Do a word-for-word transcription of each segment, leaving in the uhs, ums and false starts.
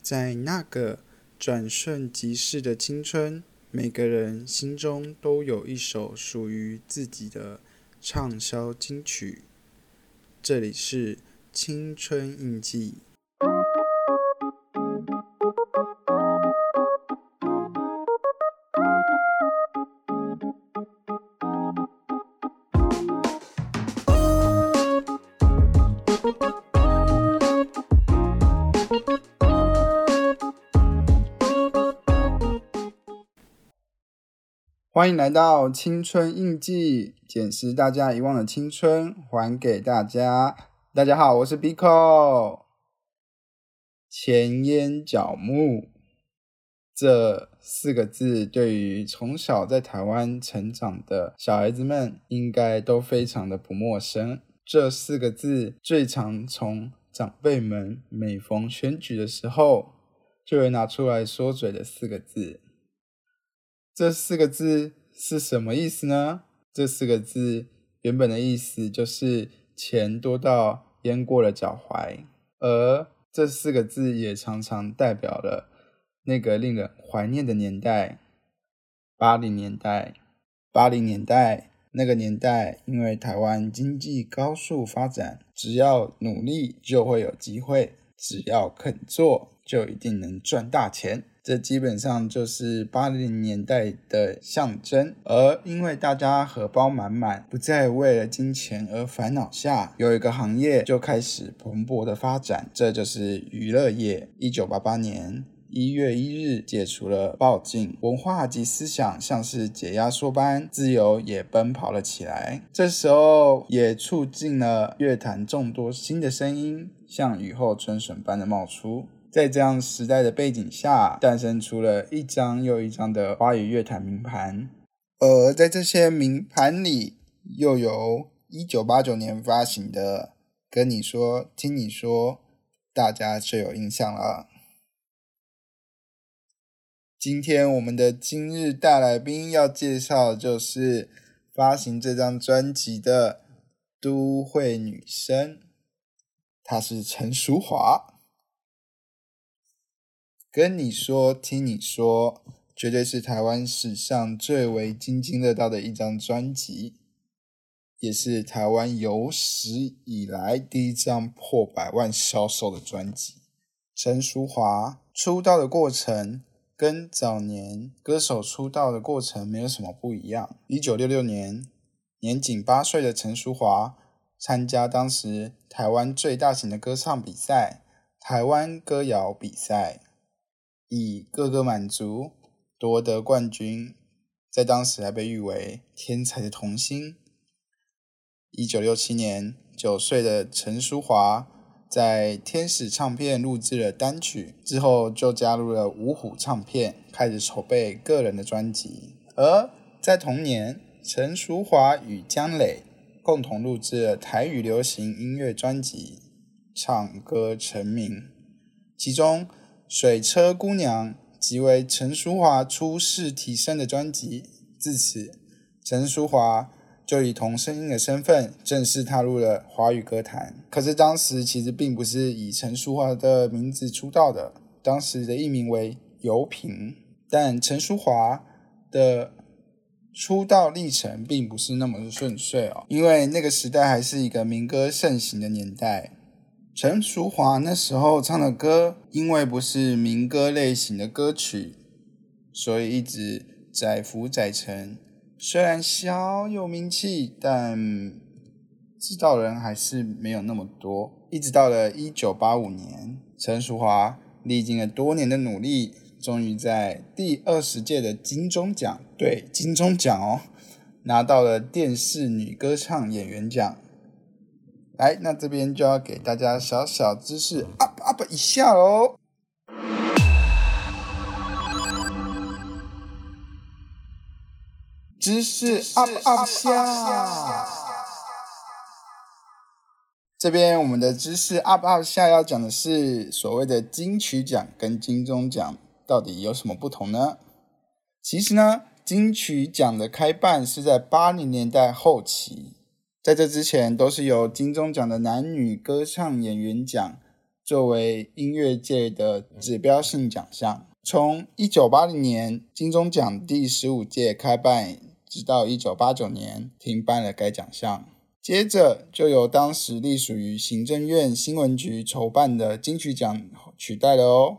在那个转瞬即逝的青春，每个人心中都有一首属于自己的畅销金曲。这里是青春印记。欢迎来到青春印记，捡拾大家遗忘的青春，还给大家。大家好，我是 Biko。前烟角木这四个字对于从小在台湾成长的小孩子们应该都非常的不陌生。这四个字最常从长辈们每逢选举的时候就会拿出来说嘴的四个字。这四个字是什么意思呢？这四个字原本的意思就是钱多到淹过了脚踝，而这四个字也常常代表了那个令人怀念的年代，八零年代。八零年代那个年代，因为台湾经济高速发展，只要努力就会有机会，只要肯做就一定能赚大钱。这基本上就是八零年代的象征。而因为大家荷包满满，不再为了金钱而烦恼下，有一个行业就开始蓬勃的发展，这就是娱乐业。一九八八年一月一日解除了报禁，文化及思想像是解压缩般，自由也奔跑了起来。这时候也促进了乐坛众多新的声音像雨后春笋般的冒出。在这样时代的背景下，诞生出了一张又一张的华语乐坛名盘。而在这些名盘里，又有一九八九年发行的《跟你说听你说》，大家最有印象了。今天我们的今日大来宾要介绍的就是发行这张专辑的都会女生，她是陈淑桦。跟你说听你说绝对是台湾史上最为津津乐道的一张专辑，也是台湾有史以来第一张破百万销售的专辑。陈淑桦出道的过程跟早年歌手出道的过程没有什么不一样。一九六六年，年仅八岁的陈淑桦参加当时台湾最大型的歌唱比赛——台湾歌谣比赛，以个个满足夺得冠军，在当时还被誉为天才的童星。一九六七年，九岁的陈淑桦在天使唱片录制了单曲，之后就加入了五虎唱片，开始筹备个人的专辑。而在同年，陈淑桦与江磊共同录制了台语流行音乐专辑，唱歌成名。其中水车姑娘即为陈淑桦初试提升的专辑，自此陈淑桦就以童声音的身份正式踏入了华语歌坛。可是当时其实并不是以陈淑桦的名字出道的，当时的艺名为尤萍。但陈淑桦的出道历程并不是那么顺遂哦，因为那个时代还是一个民歌盛行的年代。陈淑桦那时候唱的歌因为不是民歌类型的歌曲，所以一直载浮载沉，虽然小有名气，但知道的人还是没有那么多。一直到了一九八五年，陈淑桦历经了多年的努力，终于在第二十届的金钟奖，对，金钟奖哦，拿到了电视女歌唱演员奖。来，那这边就要给大家小小知识 up up 一下咯。知识 up up 下。这边我们的知识 up up 下要讲的是所谓的金曲奖跟金钟奖到底有什么不同呢？其实呢，金曲奖的开办是在八零年代后期，在这之前都是由金钟奖的男女歌唱演员奖作为音乐界的指标性奖项。从一九八零年金钟奖第十五届开办，直到一九八九年停办了该奖项，接着就由当时隶属于行政院新闻局筹办的金曲奖取代了哦。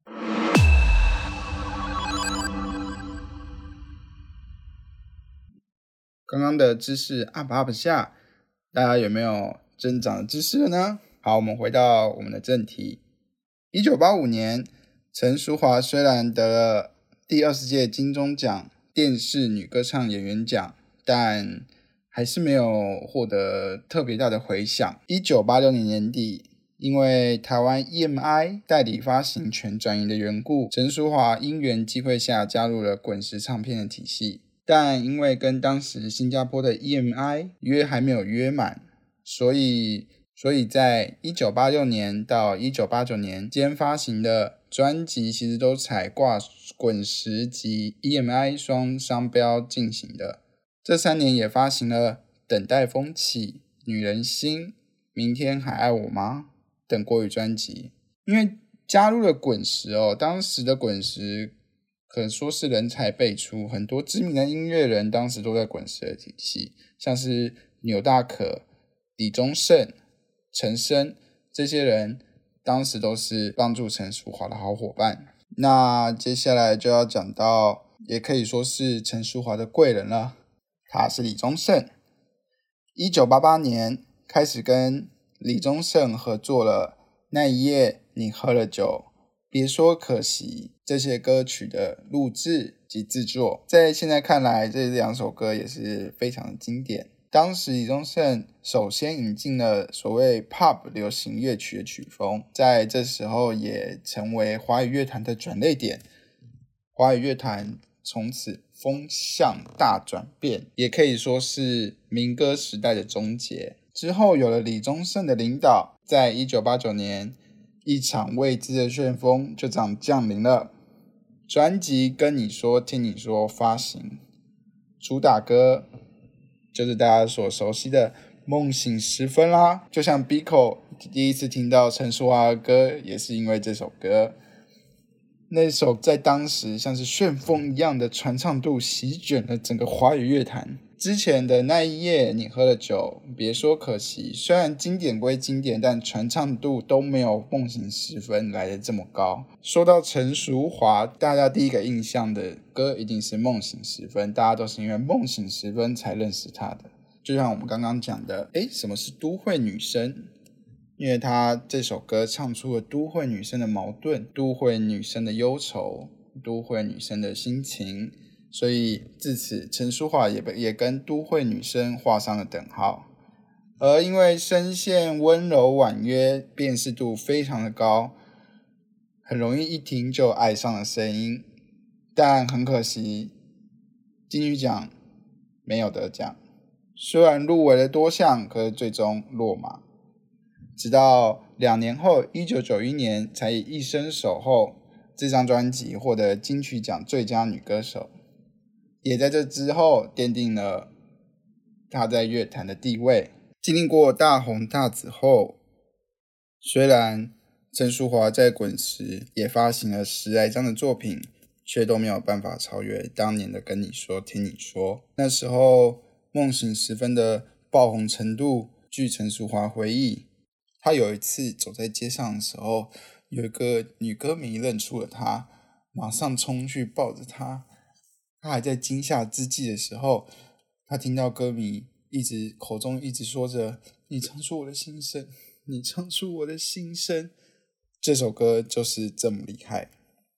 刚刚的知识 up up 下，大家有没有增长的知识了呢？好，我们回到我们的正题。一九八五年，陈淑桦虽然得了第二十届金钟奖电视女歌唱演员奖，但还是没有获得特别大的回响。一九八六年年底，因为台湾 E M I 代理发行权转移的缘故，陈淑桦因缘际会下加入了滚石唱片的体系，但因为跟当时新加坡的 E M I 约还没有约满，所以所以在一九八六年到一九八九年间发行的专辑其实都采挂滚石及 E M I 双商标进行的。这三年也发行了《等待风起》、《女人心》、《明天还爱我吗》等国语专辑。因为加入了滚石哦，当时的滚石可说是人才辈出，很多知名的音乐人当时都在滚石的体系，像是钮大可、李宗盛、陈升，这些人当时都是帮助陈淑桦的好伙伴。那接下来就要讲到，也可以说是陈淑桦的贵人了，他是李宗盛。一九八八年开始跟李宗盛合作了《那一夜你喝了酒》、别说可惜这些歌曲的录制及制作，在现在看来这两首歌也是非常的经典。当时李宗盛首先引进了所谓 pop 流行乐曲的曲风，在这时候也成为华语乐坛的转捩点，华语乐坛从此风向大转变，也可以说是民歌时代的终结。之后有了李宗盛的领导，在一九八九年一场未知的旋风就这样降临了。专辑《跟你说听你说》发行，主打歌就是大家所熟悉的《梦醒时分》啦。就像 Biko 第一次听到陈淑桦的歌，也是因为这首歌。那首在当时像是旋风一样的传唱度席卷了整个华语乐坛。之前的那一夜你喝了酒，别说可惜，虽然经典归经典，但传唱度都没有梦醒时分来的这么高。说到陈淑桦，大家第一个印象的歌一定是梦醒时分，大家都是因为梦醒时分才认识他的。就像我们刚刚讲的，诶，什么是都会女生？因为他这首歌唱出了都会女生的矛盾，都会女生的忧愁，都会女生的心情，所以自此陈淑桦 也, 也跟都会女生画上了等号。而因为声线温柔婉约，辨识度非常的高，很容易一听就爱上了声音，但很可惜金曲奖没有得奖，虽然入围了多项，可是最终落马。直到两年后一九九一年才以《一生守候》这张专辑获得金曲奖最佳女歌手，也在这之后奠定了她在乐坛的地位。经历过大红大紫后，虽然陈淑桦在滚石也发行了十来张的作品，却都没有办法超越当年的《跟你说听你说》。那时候梦醒时分的爆红程度，据陈淑桦回忆，他有一次走在街上的时候，有一个女歌迷认出了他，马上冲去抱着他。他还在惊吓之际的时候，他听到歌迷一直口中一直说着你唱出我的心声，你唱出我的心声，这首歌就是这么厉害。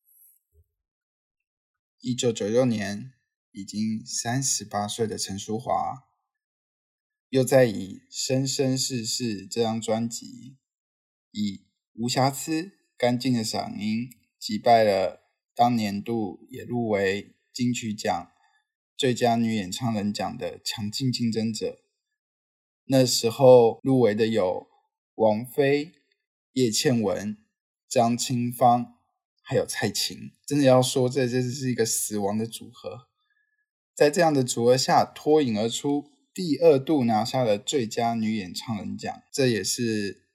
一九九六年已经三十八岁的陈淑桦又在以《生生世世》这张专辑，以无瑕疵干净的嗓音击败了当年度也入围金曲奖最佳女演唱人奖的强劲竞争者。那时候入围的有王菲、叶倩文、张清芳还有蔡琴，真的要说这这是一个死亡的组合。在这样的组合下脱颖而出，第二度拿下了最佳女演唱人奖，这也是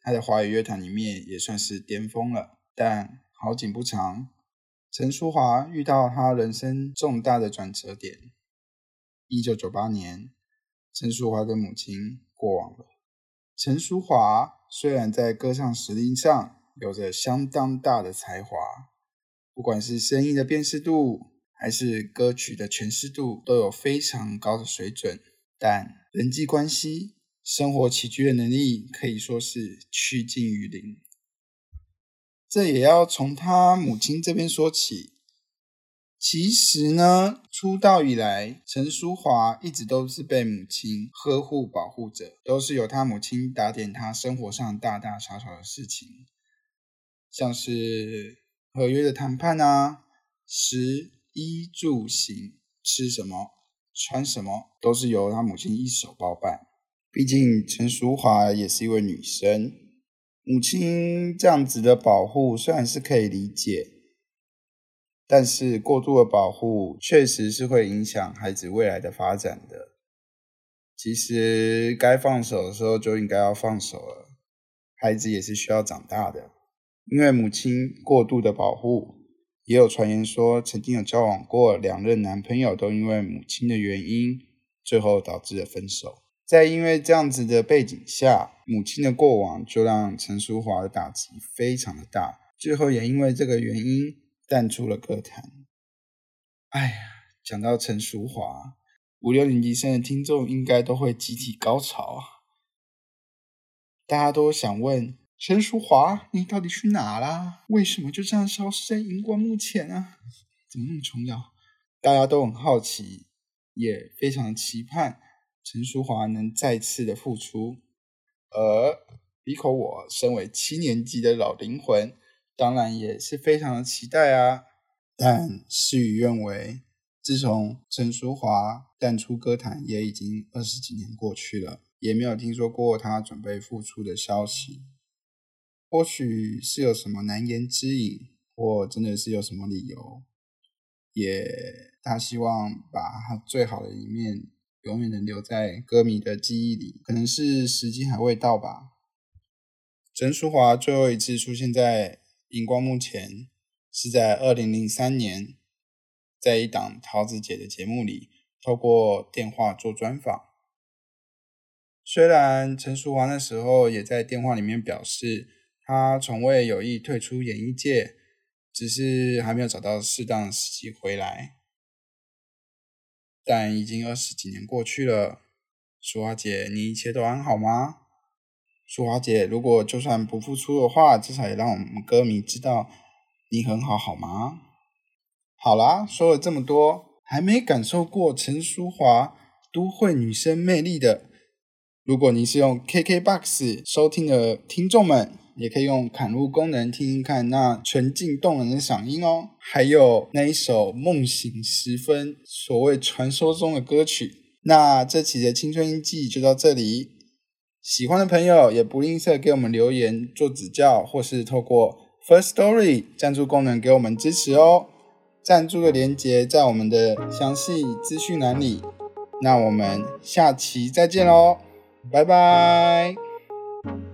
他在华语乐坛里面也算是巅峰了。但好景不长，陈淑桦遇到他人生重大的转折点。一九九八年，陈淑桦的母亲过往了。陈淑桦虽然在歌唱实力上有着相当大的才华，不管是声音的辨识度还是歌曲的诠释度都有非常高的水准，但人际关系、生活起居的能力可以说是趋近于零。这也要从他母亲这边说起。其实呢，出道以来，陈淑桦一直都是被母亲呵护保护着，都是由他母亲打点他生活上大大小小的事情，像是合约的谈判啊，食衣住行，吃什么穿什么，都是由他母亲一手包办。毕竟陈淑桦也是一位女生，母亲这样子的保护虽然是可以理解，但是过度的保护确实是会影响孩子未来的发展的。其实该放手的时候就应该要放手了，孩子也是需要长大的。因为母亲过度的保护，也有传言说曾经有交往过两任男朋友都因为母亲的原因，最后导致了分手。在因为这样子的背景下，母亲的过往就让陈淑桦的打击非常的大，最后也因为这个原因淡出了歌坛。哎呀，讲到陈淑桦，五六年级生的听众应该都会集体高潮啊！大家都想问陈淑桦，你到底去哪啦？为什么就这样消失在荧光幕前啊？怎么那么重要？大家都很好奇，也非常期盼陈淑桦能再次的复出。而鼻口我身为七年级的老灵魂，当然也是非常的期待啊。但事与愿违，自从陈淑桦淡出歌坛也已经二十几年过去了，也没有听说过他准备复出的消息。或许是有什么难言之隐，或真的是有什么理由，也他希望把他最好的一面永远能留在歌迷的记忆里，可能是时机还未到吧。陈淑桦最后一次出现在荧光幕前是在二零零三年，在一档桃子姐的节目里透过电话做专访。虽然陈淑桦那时候也在电话里面表示他从未有意退出演艺界，只是还没有找到适当的时机回来，但已经二十几年过去了。淑桦姐，你一切都安好吗？淑桦姐，如果就算不复出的话，至少也让我们歌迷知道你很好，好吗？好啦，说了这么多，还没感受过陈淑桦都会女生魅力的，如果你是用 K K B O X 收听的听众们，也可以用砍入功能听听看那纯净动人的嗓音哦，还有那一首梦醒时分，所谓传说中的歌曲。那这期的青春印记就到这里，喜欢的朋友也不吝啬给我们留言做指教，或是透过 First Story 赞助功能给我们支持哦。赞助的连结在我们的详细资讯栏里。那我们下期再见咯，拜拜。